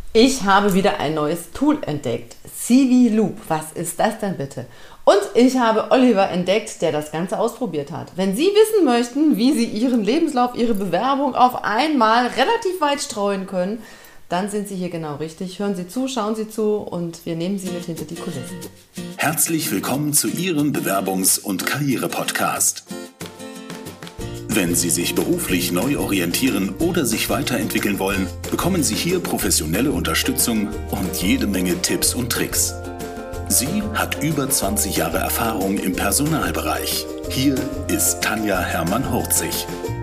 Ich habe wieder ein neues Tool entdeckt. CV Loop. Was ist das denn bitte? Und ich habe Oliver entdeckt, der das Ganze ausprobiert hat. Wenn Sie wissen möchten, wie Sie Ihren Lebenslauf, Ihre Bewerbung auf einmal relativ weit streuen können, dann sind Sie hier genau richtig. Hören Sie zu, schauen Sie zu und wir nehmen Sie mit hinter die Kulissen. Herzlich willkommen zu Ihrem Bewerbungs- und Karriere-Podcast. Wenn Sie sich beruflich neu orientieren oder sich weiterentwickeln wollen, bekommen Sie hier professionelle Unterstützung und jede Menge Tipps und Tricks. Sie hat über 20 Jahre Erfahrung im Personalbereich. Hier ist Tanja Hermann-Hurzig.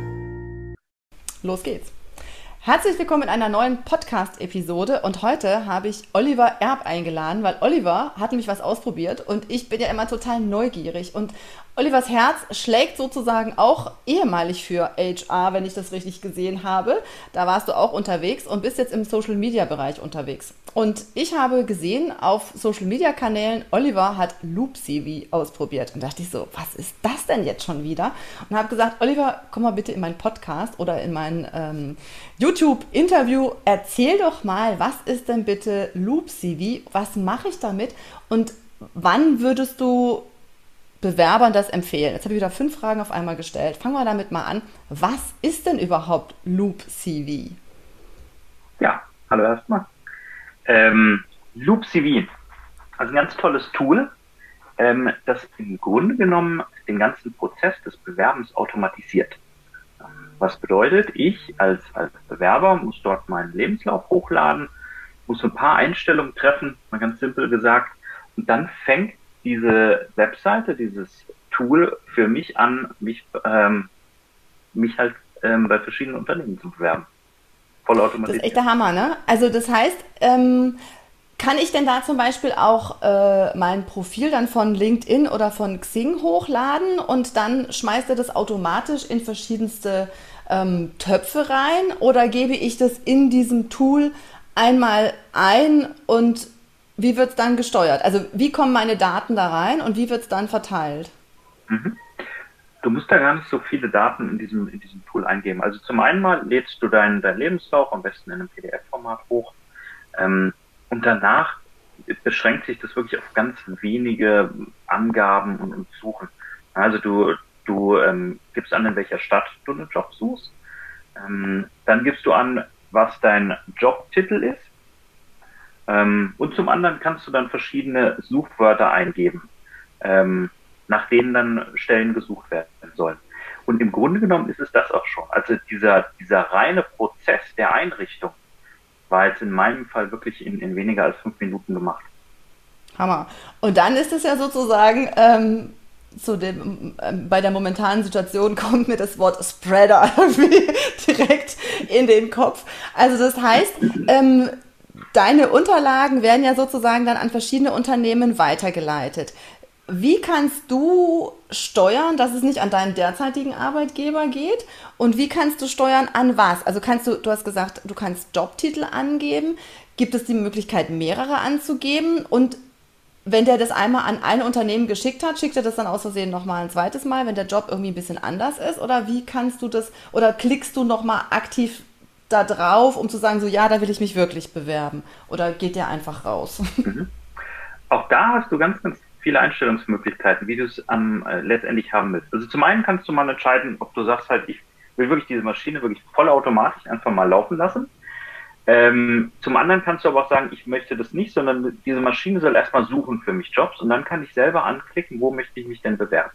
Los geht's. Herzlich willkommen in einer neuen Podcast-Episode und heute habe ich Oliver Erb eingeladen, weil Oliver hat nämlich was ausprobiert und ich bin ja immer total neugierig und Olivers Herz schlägt sozusagen auch ehemalig für HR, wenn ich das richtig gesehen habe. Da warst du auch unterwegs und bist jetzt im Social-Media-Bereich unterwegs. Und ich habe gesehen auf Social-Media-Kanälen, Oliver hat Loop CV ausprobiert. Und dachte ich so, was ist das denn jetzt schon wieder? Und habe gesagt, Oliver, komm mal bitte in meinen Podcast oder in mein YouTube-Interview. Erzähl doch mal, was ist denn bitte Loop CV? Was mache ich damit? Und wann würdest du Bewerbern das empfehlen? Jetzt habe ich wieder 5 Fragen auf einmal gestellt. Fangen wir damit mal an. Was ist denn überhaupt Loop CV? Ja, hallo erstmal. Loop CV, also ein ganz tolles Tool, das im Grunde genommen den ganzen Prozess des Bewerbens automatisiert. Was bedeutet, ich als Bewerber muss dort meinen Lebenslauf hochladen, muss ein paar Einstellungen treffen, mal ganz simpel gesagt, und dann fängt diese Webseite, dieses Tool für mich an, mich halt bei verschiedenen Unternehmen zu bewerben. Das ist echt der Hammer, ne? Also das heißt, kann ich denn da zum Beispiel auch mein Profil dann von LinkedIn oder von Xing hochladen und dann schmeißt er das automatisch in verschiedenste Töpfe rein oder gebe ich das in diesem Tool einmal ein und wie wird es dann gesteuert? Also wie kommen meine Daten da rein und wie wird es dann verteilt? Mhm. Du musst da gar nicht so viele Daten in diesem Tool eingeben. Also zum einen mal lädst du deinen Lebenslauf am besten in einem PDF-Format hoch. Und danach beschränkt sich das wirklich auf ganz wenige Angaben und Suchen. Also du gibst an, in welcher Stadt du einen Job suchst. Dann gibst du an, was dein Jobtitel ist. Und zum anderen kannst du dann verschiedene Suchwörter eingeben, nach denen dann Stellen gesucht werden sollen. Und im Grunde genommen ist es das auch schon. Also dieser reine Prozess der Einrichtung war jetzt in meinem Fall wirklich in weniger als 5 Minuten gemacht. Hammer. Und dann ist es ja sozusagen, bei der momentanen Situation kommt mir das Wort Spreader direkt in den Kopf. Also das heißt, deine Unterlagen werden ja sozusagen dann an verschiedene Unternehmen weitergeleitet. Wie kannst du steuern, dass es nicht an deinen derzeitigen Arbeitgeber geht? Und wie kannst du steuern, an was? Also du hast gesagt, du kannst Jobtitel angeben. Gibt es die Möglichkeit, mehrere anzugeben? Und wenn der das einmal an ein Unternehmen geschickt hat, schickt er das dann aus Versehen nochmal ein zweites Mal, wenn der Job irgendwie ein bisschen anders ist? Oder wie kannst du das, oder klickst du nochmal aktiv da drauf, um zu sagen, so ja, da will ich mich wirklich bewerben? Oder geht der einfach raus? Mhm. Auch da hast du ganz, ganz viele Einstellungsmöglichkeiten, wie du es letztendlich haben willst. Also zum einen kannst du mal entscheiden, ob du sagst halt, ich will wirklich diese Maschine wirklich vollautomatisch einfach mal laufen lassen. Zum anderen kannst du aber auch sagen, ich möchte das nicht, sondern diese Maschine soll erstmal suchen für mich Jobs und dann kann ich selber anklicken, wo möchte ich mich denn bewerben.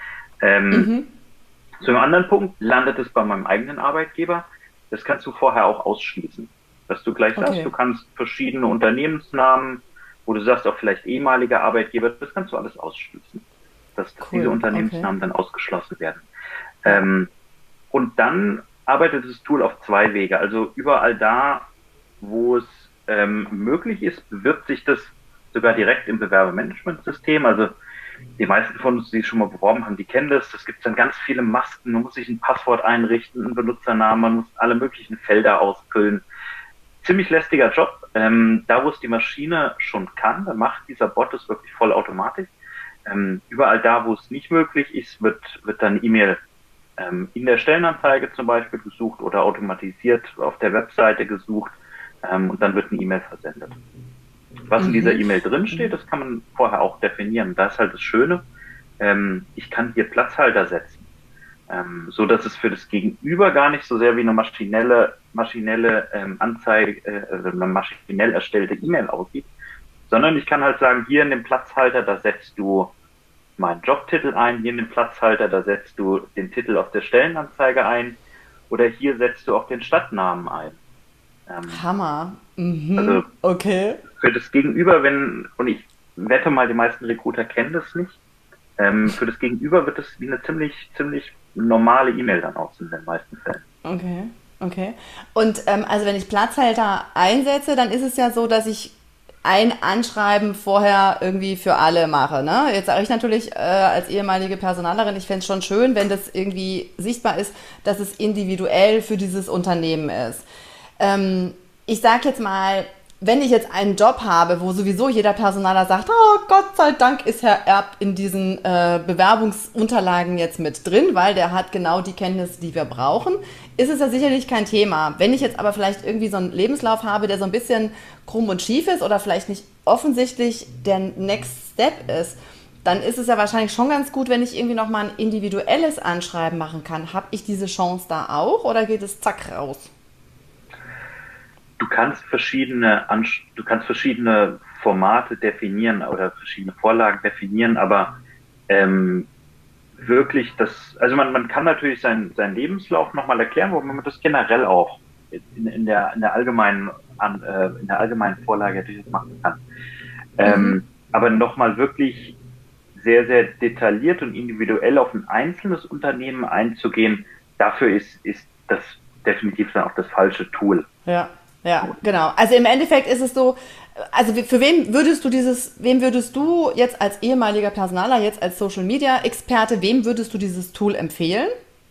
Zu einem anderen Punkt landet es bei meinem eigenen Arbeitgeber. Das kannst du vorher auch ausschließen. Dass du gleich sagst, du kannst verschiedene Unternehmensnamen, wo du sagst auch vielleicht ehemalige Arbeitgeber, das kannst du alles ausschließen. Dass diese Unternehmensnamen dann ausgeschlossen werden. Und dann arbeitet das Tool auf 2 Wege. Also überall da, wo es möglich ist, bewirbt sich das sogar direkt im Bewerbermanagementsystem. Also die meisten von uns, die sich schon mal beworben haben, die kennen das. Das gibt dann ganz viele Masken. Man muss sich ein Passwort einrichten, einen Benutzernamen, man muss alle möglichen Felder ausfüllen. Ziemlich lästiger Job. Da, wo es die Maschine schon kann, da macht dieser Bot es wirklich vollautomatisch. Überall da, wo es nicht möglich ist, wird dann E-Mail in der Stellenanzeige zum Beispiel gesucht oder automatisiert auf der Webseite gesucht. und dann wird eine E-Mail versendet. Was in dieser E-Mail drinsteht, das kann man vorher auch definieren. Das ist halt das Schöne. Ich kann hier Platzhalter setzen, so dass es für das Gegenüber gar nicht so sehr wie eine maschinelle Anzeige, also eine maschinell erstellte E-Mail aussieht, sondern ich kann halt sagen, hier in dem Platzhalter, da setzt du meinen Jobtitel ein, hier in dem Platzhalter, da setzt du den Titel auf der Stellenanzeige ein oder hier setzt du auch den Stadtnamen ein. Hammer. Mhm. Also okay. für das Gegenüber, und ich wette mal, die meisten Recruiter kennen das nicht, für das Gegenüber wird es wie eine ziemlich normale E-Mail dann aussehen in den meisten Fällen. Okay, okay. Und also wenn ich Platzhalter einsetze, dann ist es ja so, dass ich ein Anschreiben vorher irgendwie für alle mache. Ne? Jetzt sage ich natürlich als ehemalige Personalerin, ich fände es schon schön, wenn das irgendwie sichtbar ist, dass es individuell für dieses Unternehmen ist. Ich sage jetzt mal, wenn ich jetzt einen Job habe, wo sowieso jeder Personaler sagt, oh Gott sei Dank ist Herr Erb in diesen Bewerbungsunterlagen jetzt mit drin, weil der hat genau die Kenntnisse, die wir brauchen, ist es ja sicherlich kein Thema. Wenn ich jetzt aber vielleicht irgendwie so einen Lebenslauf habe, der so ein bisschen krumm und schief ist oder vielleicht nicht offensichtlich der Next Step ist, dann ist es ja wahrscheinlich schon ganz gut, wenn ich irgendwie nochmal ein individuelles Anschreiben machen kann. Habe ich diese Chance da auch oder geht es zack raus? Du kannst verschiedene Formate definieren oder verschiedene Vorlagen definieren, aber wirklich also man kann natürlich seinen Lebenslauf nochmal erklären, wo man das generell auch in der allgemeinen Vorlage natürlich machen kann. Aber nochmal wirklich sehr, sehr detailliert und individuell auf ein einzelnes Unternehmen einzugehen, dafür ist das definitiv dann auch das falsche Tool. Ja. Ja, genau. Also im Endeffekt ist es so, also für wem würdest du jetzt als ehemaliger Personaler, jetzt als Social Media Experte, wem würdest du dieses Tool empfehlen?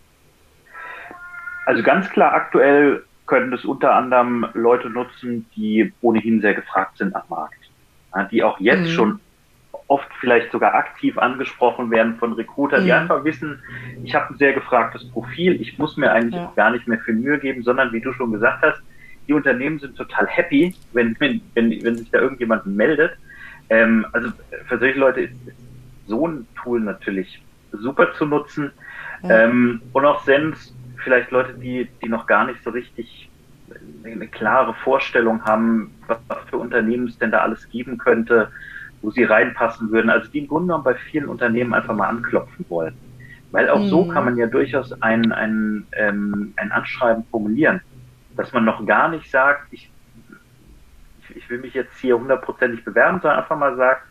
Also ganz klar, aktuell können das unter anderem Leute nutzen, die ohnehin sehr gefragt sind am Markt. Ja, die auch jetzt schon oft vielleicht sogar aktiv angesprochen werden von Recruitern, die einfach wissen, ich habe ein sehr gefragtes Profil, ich muss mir eigentlich auch gar nicht mehr viel Mühe geben, sondern wie du schon gesagt hast, die Unternehmen sind total happy, wenn sich da irgendjemand meldet. Also für solche Leute ist so ein Tool natürlich super zu nutzen. Ja. Und auch selbst vielleicht Leute, die noch gar nicht so richtig eine klare Vorstellung haben, was für Unternehmen es denn da alles geben könnte, wo sie reinpassen würden. Also die im Grunde genommen bei vielen Unternehmen einfach mal anklopfen wollen. Weil auch so kann man ja durchaus ein Anschreiben formulieren, dass man noch gar nicht sagt, ich will mich jetzt hier 100%ig bewerben, sondern einfach mal sagt,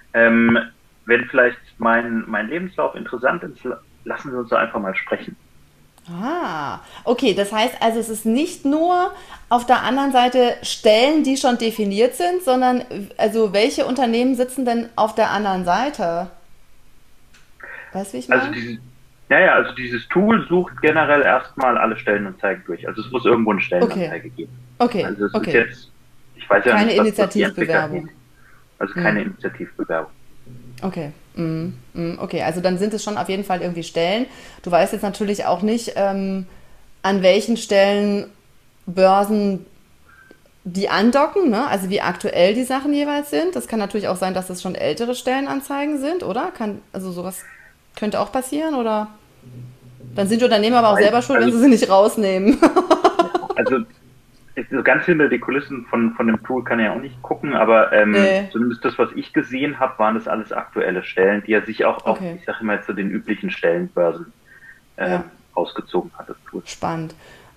wenn vielleicht mein Lebenslauf interessant ist, lassen Sie uns doch einfach mal sprechen. Ah, okay, das heißt also, es ist nicht nur auf der anderen Seite Stellen, die schon definiert sind, sondern also welche Unternehmen sitzen denn auf der anderen Seite? Weißt du, wie ich meine? Also dieses Tool sucht generell erstmal alle Stellenanzeigen durch. Also es muss irgendwo eine Stellenanzeige geben. Okay. Also es ist jetzt, ich weiß ja keine nicht, Initiativbewerbung. Also keine Initiativbewerbung. Okay. Okay, also dann sind es schon auf jeden Fall irgendwie Stellen. Du weißt jetzt natürlich auch nicht, an welchen Stellen Börsen die andocken, ne? Also wie aktuell die Sachen jeweils sind. Das kann natürlich auch sein, dass das schon ältere Stellenanzeigen sind, oder? Also sowas könnte auch passieren, oder? Dann sind die Unternehmen aber auch selber schuld, wenn sie nicht rausnehmen. Also so ganz hinter die Kulissen von dem Tool kann ich ja auch nicht gucken, aber zumindest das, was ich gesehen habe, waren das alles aktuelle Stellen, die er sich auch ich sage immer, zu den üblichen Stellenbörsen ausgezogen hat, das Tool. Spannend.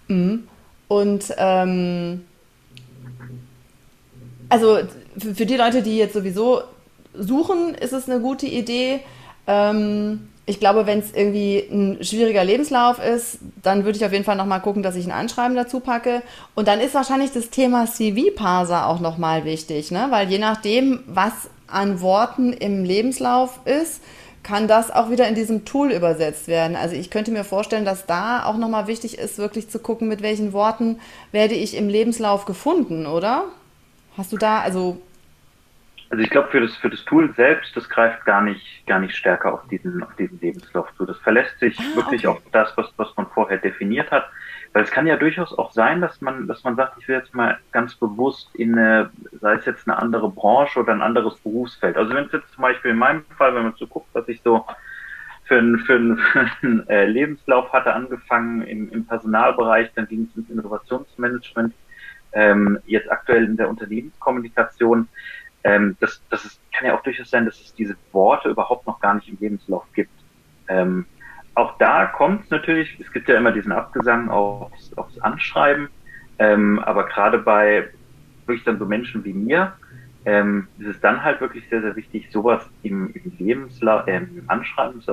Und also für die Leute, die jetzt sowieso suchen, ist es eine gute Idee. Ich glaube, wenn es irgendwie ein schwieriger Lebenslauf ist, dann würde ich auf jeden Fall nochmal gucken, dass ich ein Anschreiben dazu packe. Und dann ist wahrscheinlich das Thema CV-Parser auch nochmal wichtig, ne? Weil je nachdem, was an Worten im Lebenslauf ist, kann das auch wieder in diesem Tool übersetzt werden. Also ich könnte mir vorstellen, dass da auch nochmal wichtig ist, wirklich zu gucken, mit welchen Worten werde ich im Lebenslauf gefunden, oder? Hast du da, Also ich glaube, für das Tool selbst, das greift gar nicht stärker auf diesen Lebenslauf zu. Das verlässt sich wirklich auf das, was man vorher definiert hat. Weil es kann ja durchaus auch sein, dass man sagt, ich will jetzt mal ganz bewusst sei es jetzt eine andere Branche oder ein anderes Berufsfeld. Also wenn es jetzt zum Beispiel in meinem Fall, wenn man so guckt, dass ich so für einen Lebenslauf hatte, angefangen im Personalbereich, dann ging es ins Innovationsmanagement, jetzt aktuell in der Unternehmenskommunikation. Kann ja auch durchaus sein, dass es diese Worte überhaupt noch gar nicht im Lebenslauf gibt. Auch da kommt es natürlich, es gibt ja immer diesen Abgesang aufs Anschreiben, aber gerade bei wirklich dann so Menschen wie mir, ist es dann halt wirklich sehr, sehr wichtig, sowas im Anschreiben,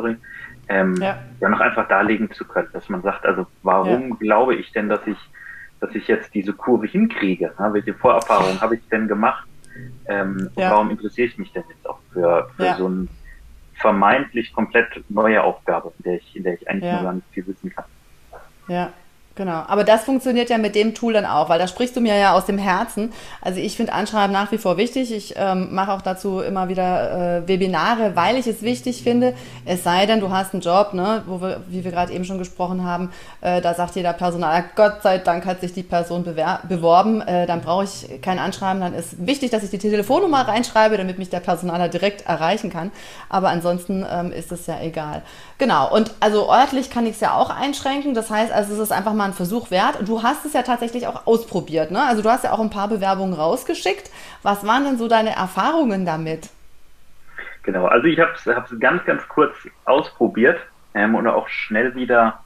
ja noch einfach darlegen zu können, dass man sagt, also warum glaube ich denn, dass ich jetzt diese Kurve hinkriege? Ja, welche Vorerfahrungen habe ich denn gemacht? Warum interessiere ich mich denn jetzt auch für so eine vermeintlich komplett neue Aufgabe, in der ich eigentlich noch gar nicht viel wissen kann? Ja, genau. Aber das funktioniert ja mit dem Tool dann auch, weil da sprichst du mir ja aus dem Herzen. Also ich finde Anschreiben nach wie vor wichtig. Ich mache auch dazu immer wieder Webinare, weil ich es wichtig finde. Es sei denn, du hast einen Job, ne, wie wir gerade eben schon gesprochen haben, da sagt jeder Personaler, Gott sei Dank hat sich die Person beworben, dann brauche ich kein Anschreiben. Dann ist wichtig, dass ich die Telefonnummer reinschreibe, damit mich der Personaler direkt erreichen kann. Aber ansonsten ist es ja egal. Genau. Und also örtlich kann ich es ja auch einschränken. Das heißt, also es ist einfach mal ein Versuch wert. Und du hast es ja tatsächlich auch ausprobiert, ne? Also du hast ja auch ein paar Bewerbungen rausgeschickt. Was waren denn so deine Erfahrungen damit? Genau, also ich habe es ganz, ganz kurz ausprobiert und auch schnell wieder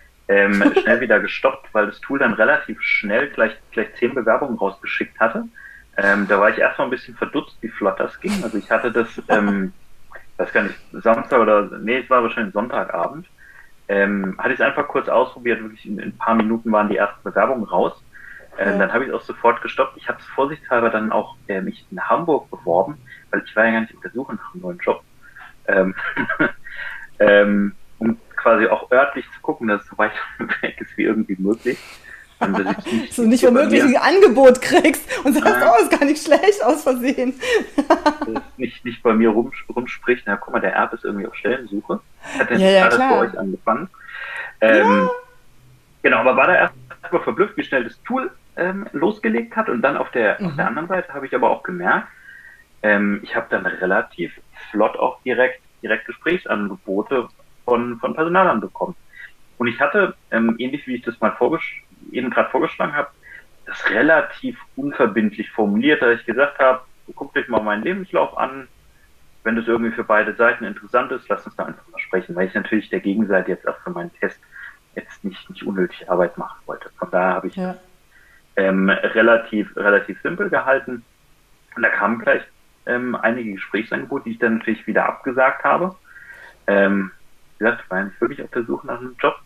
gestoppt, weil das Tool dann relativ schnell gleich 10 Bewerbungen rausgeschickt hatte. Da war ich erstmal ein bisschen verdutzt, wie flott das ging. Also ich hatte das, weiß gar nicht, Samstag es war wahrscheinlich Sonntagabend. Hatte ich es einfach kurz ausprobiert, wirklich in ein paar Minuten waren die ersten Bewerbungen raus. Dann habe ich es auch sofort gestoppt. Ich habe es vorsichtshalber dann auch mich in Hamburg beworben, weil ich war ja gar nicht auf der Suche nach einem neuen Job. Um quasi auch örtlich zu gucken, dass es so weit weg ist wie irgendwie möglich. Dass du nicht womöglich ein Angebot kriegst und sagst, ist gar nicht schlecht, aus Versehen. Dass es nicht bei mir rumspricht. Na, guck mal, der Erb ist irgendwie auf Stellensuche. Hat er gerade bei euch angefangen. Genau, aber war da erstmal verblüfft, wie schnell das Tool losgelegt hat. Und dann auf der anderen Seite habe ich aber auch gemerkt, ich habe dann relativ flott auch direkt Gesprächsangebote von Personalern bekommen. Und ich hatte, ähnlich wie ich das mal eben gerade vorgeschlagen habe, das relativ unverbindlich formuliert, da ich gesagt habe, guckt euch mal meinen Lebenslauf an, wenn das irgendwie für beide Seiten interessant ist, lasst uns da einfach mal sprechen, weil ich natürlich der Gegenseite jetzt auch für meinen Test jetzt nicht unnötig Arbeit machen wollte. Von daher habe ich relativ simpel gehalten. Und da kamen gleich einige Gesprächsangebote, die ich dann natürlich wieder abgesagt habe. Wie gesagt, ich war ja nicht wirklich auf der Suche nach einem Job.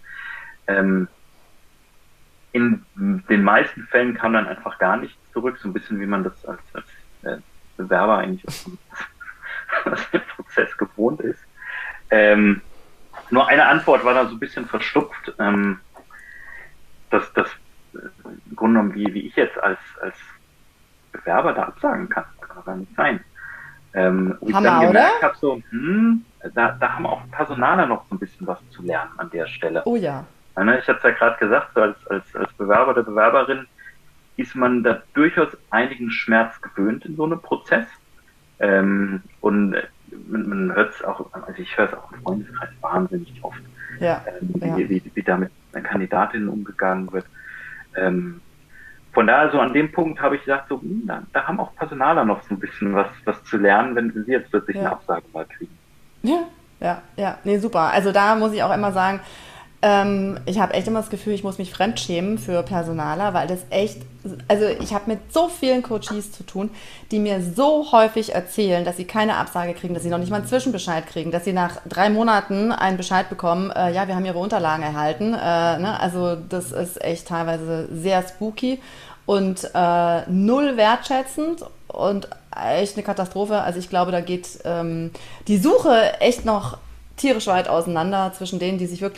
In den meisten Fällen kam dann einfach gar nichts zurück, so ein bisschen wie man das als Bewerber eigentlich aus dem Prozess gewohnt ist. Nur eine Antwort war da so ein bisschen verstupft, dass das im Grunde genommen, wie ich jetzt als Bewerber da absagen kann. Das kann doch gar nicht sein. Wo ich dann gemerkt habe, so, da haben auch Personaler noch so ein bisschen was zu lernen an der Stelle. Oh ja. Ich hatte es ja gerade gesagt, so als Bewerber oder Bewerberin ist man da durchaus einigen Schmerz gewöhnt in so einem Prozess. Und man hört es auch, also ich höre es auch im Freundeskreis wahnsinnig oft, wie da mit Kandidatinnen umgegangen wird. Von daher, so an dem Punkt habe ich gesagt, so, da haben auch Personaler noch so ein bisschen was zu lernen, wenn sie jetzt plötzlich eine Absage mal kriegen. Nee, super. Also da muss ich auch immer sagen, ich habe echt immer das Gefühl, ich muss mich fremdschämen für Personaler, weil das echt, also ich habe mit so vielen Coaches zu tun, die mir so häufig erzählen, dass sie keine Absage kriegen, dass sie noch nicht mal einen Zwischenbescheid kriegen, dass sie nach 3 Monaten einen Bescheid bekommen, wir haben ihre Unterlagen erhalten. Also das ist echt teilweise sehr spooky und null wertschätzend und echt eine Katastrophe. Also ich glaube, da geht die Suche echt noch tierisch weit auseinander zwischen denen, die sich wirklich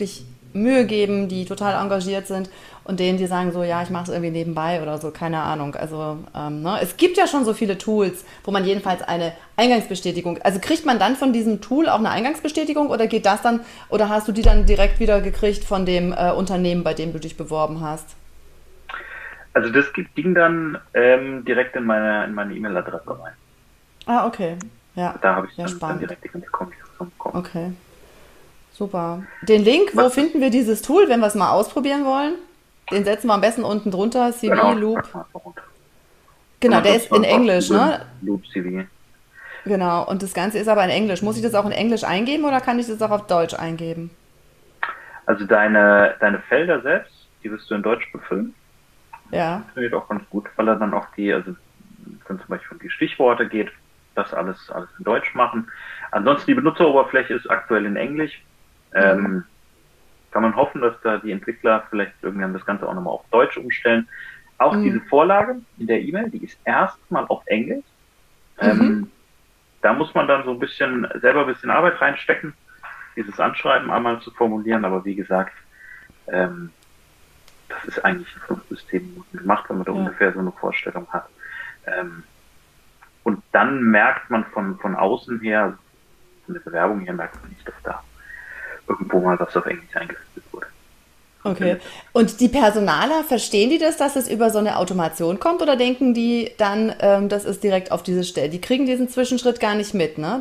Mühe geben, die total engagiert sind und denen, die sagen so, ja, ich mache es irgendwie nebenbei oder so, keine Ahnung. Also ne? Es gibt ja schon so viele Tools, wo man jedenfalls eine Eingangsbestätigung, also kriegt man dann von diesem Tool auch eine Eingangsbestätigung oder geht das dann, oder hast du die dann direkt wieder gekriegt von dem Unternehmen, bei dem du dich beworben hast? Also das ging dann direkt in meine E-Mail-Adresse rein. Ah, okay. Ja, Da habe ich ja, dann spannend. direkt die ganze Kommunikation bekommen. Okay, super. Den Link, wo Was ist, finden wir dieses Tool, wenn wir es mal ausprobieren wollen? Den setzen wir am besten unten drunter, CV genau, Loop. packen wir einfach runter. Genau, Kann man der sonst ist in einfach Englisch, googeln, ne? Loop CV. Genau, und das Ganze ist aber in Englisch. Muss ich das auch in Englisch eingeben oder kann ich das auch auf Deutsch eingeben? Also deine Felder selbst, die wirst du in Deutsch befüllen. Das Ja. funktioniert auch ganz gut, weil er dann auch also wenn zum Beispiel um die Stichworte geht, das alles in Deutsch machen. Ansonsten die Benutzeroberfläche ist aktuell in Englisch. Mhm. Ähm, Kann man hoffen, dass da die Entwickler vielleicht irgendwann das Ganze auch nochmal auf Deutsch umstellen. Auch diese Mhm. Vorlage in der E-Mail, die ist erstmal auf Englisch. Mhm. Ähm, Da muss man dann so selber ein bisschen Arbeit reinstecken, dieses Anschreiben einmal zu formulieren. Aber wie gesagt, ähm, das ist eigentlich in 5 bis 10 Minuten gemacht, wenn man da Ja. ungefähr so eine Vorstellung hat. Ähm, und dann merkt man von außen her, von der Bewerbung her, merkt man nicht, dass da irgendwo mal was auf Englisch eingefügt wurde. Okay. Funktioniert. Und die Personaler, verstehen die das, dass es über so eine Automation kommt oder denken die dann, das ist direkt auf diese Stelle? Die kriegen diesen Zwischenschritt gar nicht mit, ne?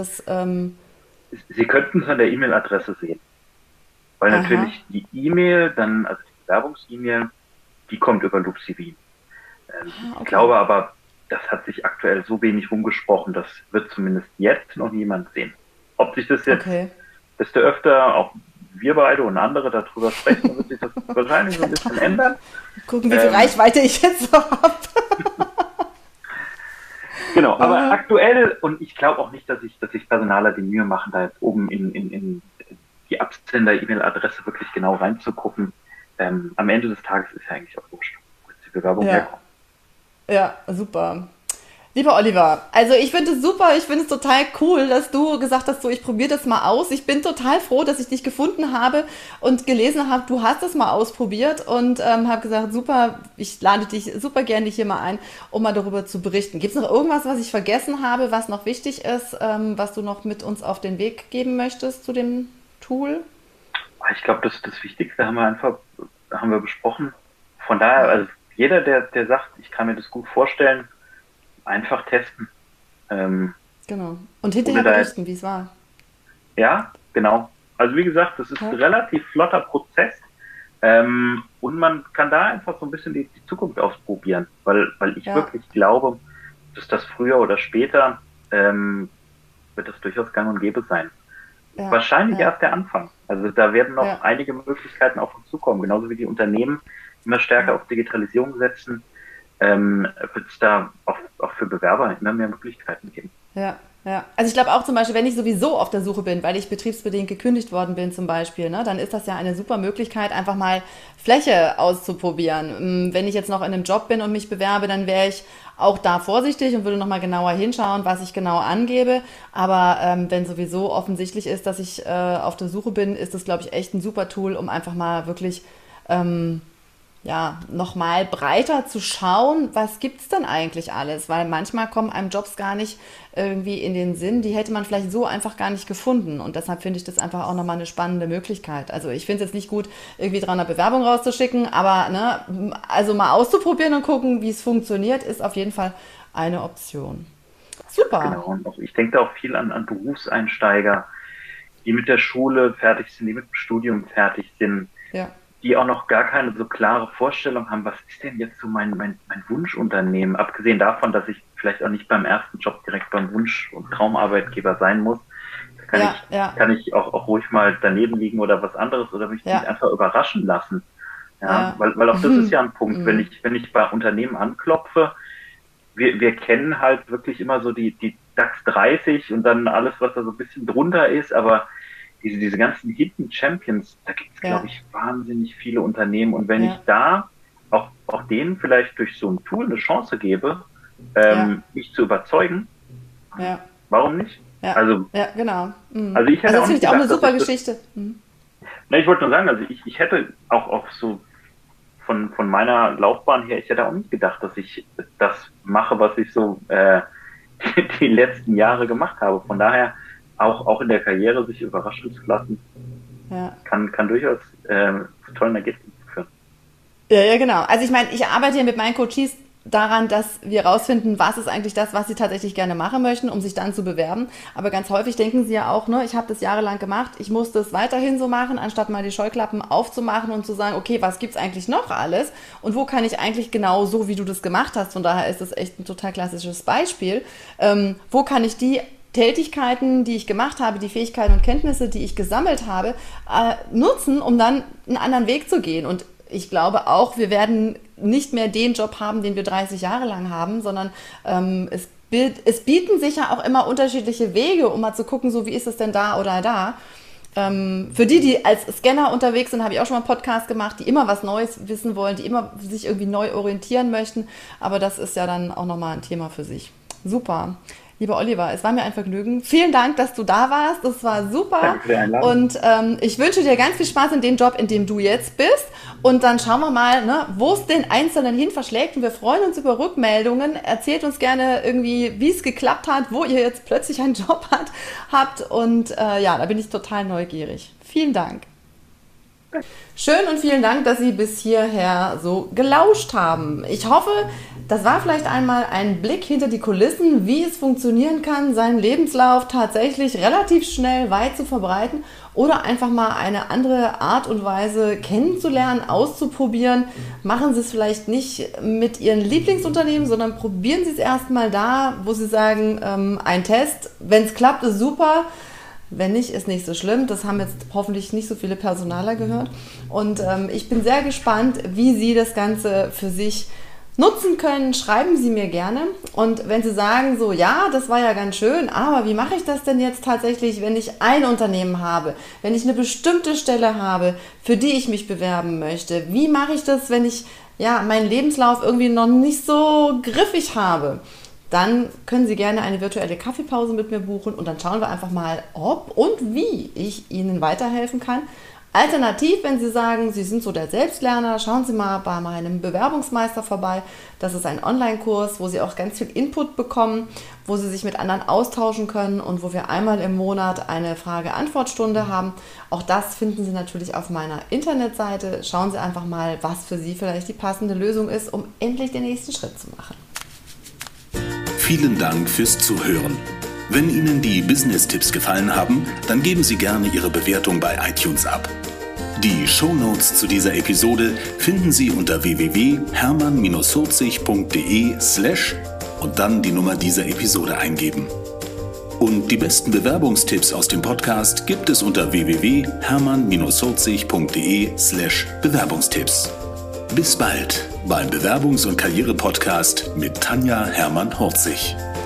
Sie könnten es an der E-Mail-Adresse sehen, weil Aha. natürlich die E-Mail, dann, also die Bewerbungs-E-Mail, die kommt über LoopCV. Ah, Ich okay. glaube aber, das hat sich aktuell so wenig rumgesprochen, das wird zumindest jetzt noch niemand sehen. Ob sich das jetzt, Okay. desto öfter auch wir beide und andere darüber sprechen, dann wird sich das wahrscheinlich so ein bisschen ändern. Gucken, wie viel Ähm, Reichweite ich jetzt so habe. genau, aber Aha. aktuell, und ich glaube auch nicht, dass sich Personaler die Mühe machen, da jetzt oben in die Absender-E-Mail-Adresse wirklich genau reinzugucken. Am Ende des Tages ist ja eigentlich auch wurscht, wo jetzt die Bewerbung Ja, herkommt. ja, super. Lieber Oliver, also ich finde es super, ich finde es total cool, dass du gesagt hast, so ich probiere das mal aus. Ich bin total froh, dass ich dich gefunden habe und gelesen habe, du hast es mal ausprobiert und habe gesagt, super, ich lade dich super gerne hier mal ein, um mal darüber zu berichten. Gibt es noch irgendwas, was ich vergessen habe, was noch wichtig ist, was du noch mit uns auf den Weg geben möchtest zu dem Tool? Ich glaube, das Wichtigste haben wir besprochen. Von daher, Ja, also jeder, der sagt, ich kann mir das gut vorstellen, einfach testen. Ähm, genau. Und ohne hinterher da jetzt, berichten, wie es war. ja, genau. Also wie gesagt, das ist ein Ja, relativ flotter Prozess. Und man kann da einfach so ein bisschen die Zukunft ausprobieren, weil ich ja, wirklich glaube, dass das früher oder später wird das durchaus gang und gäbe sein. ja, Wahrscheinlich ja, erst der Anfang. Also da werden noch ja. einige Möglichkeiten auf uns zukommen, genauso wie die Unternehmen immer stärker Ja. auf Digitalisierung setzen, wird es da auch für Bewerber immer mehr Möglichkeiten geben. Ja, ja. Also ich glaube auch zum Beispiel, wenn ich sowieso auf der Suche bin, weil ich betriebsbedingt gekündigt worden bin zum Beispiel, ne, dann ist das ja eine super Möglichkeit, einfach mal Fläche auszuprobieren. Wenn ich jetzt noch in einem Job bin und mich bewerbe, dann wäre ich auch da vorsichtig und würde nochmal genauer hinschauen, was ich genau angebe. Aber wenn sowieso offensichtlich ist, dass ich auf der Suche bin, ist das, glaube ich, echt ein super Tool, um einfach mal wirklich ja, nochmal breiter zu schauen, was gibt's denn eigentlich alles? Weil manchmal kommen einem Jobs gar nicht irgendwie in den Sinn, die hätte man vielleicht so einfach gar nicht gefunden. Und deshalb finde ich das einfach auch nochmal eine spannende Möglichkeit. Also ich finde es jetzt nicht gut, irgendwie 300 Bewerbungen rauszuschicken, aber ne, also mal auszuprobieren und gucken, wie es funktioniert, ist auf jeden Fall eine Option. Super. Genau. Und auch, ich denke da auch viel an Berufseinsteiger, die mit der Schule fertig sind, die mit dem Studium fertig sind, Ja, die auch noch gar keine so klare Vorstellung haben, was ist denn jetzt so mein Wunschunternehmen, abgesehen davon, dass ich vielleicht auch nicht beim ersten Job direkt beim Wunsch- und Traumarbeitgeber sein muss. Da ja, ja, kann ich auch ruhig mal daneben liegen oder was anderes oder mich ja, einfach überraschen lassen. Ja, ja, weil auch das ist ja ein Punkt, wenn ich bei Unternehmen anklopfe, wir kennen halt wirklich immer so die DAX 30 und dann alles, was da so ein bisschen drunter ist, aber diese ganzen Hidden Champions, da gibt es, glaube ja, ich, wahnsinnig viele Unternehmen. Und wenn ich ja, da auch denen vielleicht durch so ein Tool eine Chance gebe, ja, mich zu überzeugen, ja. warum nicht? Ja, Also, ja, genau. Mhm. also ich Also hätte das auch finde nicht ich auch eine gedacht, dass super ich das, Geschichte. Mhm. Na, ich wollte nur sagen, also ich hätte auch so von meiner Laufbahn her, ich hätte auch nicht gedacht, dass ich das mache, was ich so die letzten Jahre gemacht habe. Von daher auch in der Karriere sich überraschen zu lassen, kann durchaus zu tollen Ergebnissen führen. Ja, genau. Also ich meine, ich arbeite ja mit meinen Coaches daran, dass wir rausfinden, was ist eigentlich das, was sie tatsächlich gerne machen möchten, um sich dann zu bewerben. Aber ganz häufig denken sie ja auch, ne, ich habe das jahrelang gemacht, ich muss das weiterhin so machen, anstatt mal die Scheuklappen aufzumachen und zu sagen, okay, was gibt's eigentlich noch alles und wo kann ich eigentlich genau so, wie du das gemacht hast, von daher ist das echt ein total klassisches Beispiel, wo kann ich die Tätigkeiten, die ich gemacht habe, die Fähigkeiten und Kenntnisse, die ich gesammelt habe, nutzen, um dann einen anderen Weg zu gehen. Und ich glaube auch, wir werden nicht mehr den Job haben, den wir 30 Jahre lang haben, sondern es bieten sich ja auch immer unterschiedliche Wege, um mal zu gucken, so wie ist es denn da oder da. Für die als Scanner unterwegs sind, habe ich auch schon mal einen Podcast gemacht, die immer was Neues wissen wollen, die immer sich irgendwie neu orientieren möchten. Aber das ist ja dann auch nochmal ein Thema für sich. Super. Lieber Oliver, es war mir ein Vergnügen. Vielen Dank, dass du da warst. Das war super. Danke für die Einladung. Und ich wünsche dir ganz viel Spaß in dem Job, in dem du jetzt bist. Und dann schauen wir mal, ne, wo es den Einzelnen hin verschlägt. Und wir freuen uns über Rückmeldungen. Erzählt uns gerne irgendwie, wie es geklappt hat, wo ihr jetzt plötzlich einen Job habt. Und da bin ich total neugierig. Vielen Dank. Schön und vielen Dank, dass Sie bis hierher so gelauscht haben. Ich hoffe, das war vielleicht einmal ein Blick hinter die Kulissen, wie es funktionieren kann, seinen Lebenslauf tatsächlich relativ schnell weit zu verbreiten oder einfach mal eine andere Art und Weise kennenzulernen, auszuprobieren. Machen Sie es vielleicht nicht mit Ihren Lieblingsunternehmen, sondern probieren Sie es erstmal da, wo Sie sagen, ein Test, wenn es klappt, ist super. Wenn nicht, ist nicht so schlimm. Das haben jetzt hoffentlich nicht so viele Personaler gehört. Und ich bin sehr gespannt, wie Sie das Ganze für sich nutzen können. Schreiben Sie mir gerne. Und wenn Sie sagen, so ja, das war ja ganz schön, aber wie mache ich das denn jetzt tatsächlich, wenn ich ein Unternehmen habe, wenn ich eine bestimmte Stelle habe, für die ich mich bewerben möchte? Wie mache ich das, wenn ich meinen Lebenslauf irgendwie noch nicht so griffig habe? Dann können Sie gerne eine virtuelle Kaffeepause mit mir buchen und dann schauen wir einfach mal, ob und wie ich Ihnen weiterhelfen kann. Alternativ, wenn Sie sagen, Sie sind so der Selbstlerner, schauen Sie mal bei meinem Bewerbungsmeister vorbei. Das ist ein Online-Kurs, wo Sie auch ganz viel Input bekommen, wo Sie sich mit anderen austauschen können und wo wir einmal im Monat eine Frage-Antwort-Stunde haben. Auch das finden Sie natürlich auf meiner Internetseite. Schauen Sie einfach mal, was für Sie vielleicht die passende Lösung ist, um endlich den nächsten Schritt zu machen. Vielen Dank fürs Zuhören. Wenn Ihnen die Business-Tipps gefallen haben, dann geben Sie gerne Ihre Bewertung bei iTunes ab. Die Shownotes zu dieser Episode finden Sie unter www.hermann-40.de/ und dann die Nummer dieser Episode eingeben. Und die besten Bewerbungstipps aus dem Podcast gibt es unter www.hermann-40.de/Bewerbungstipps. Bis bald beim Bewerbungs- und Karriere-Podcast mit Tanja Hermann-Horzig.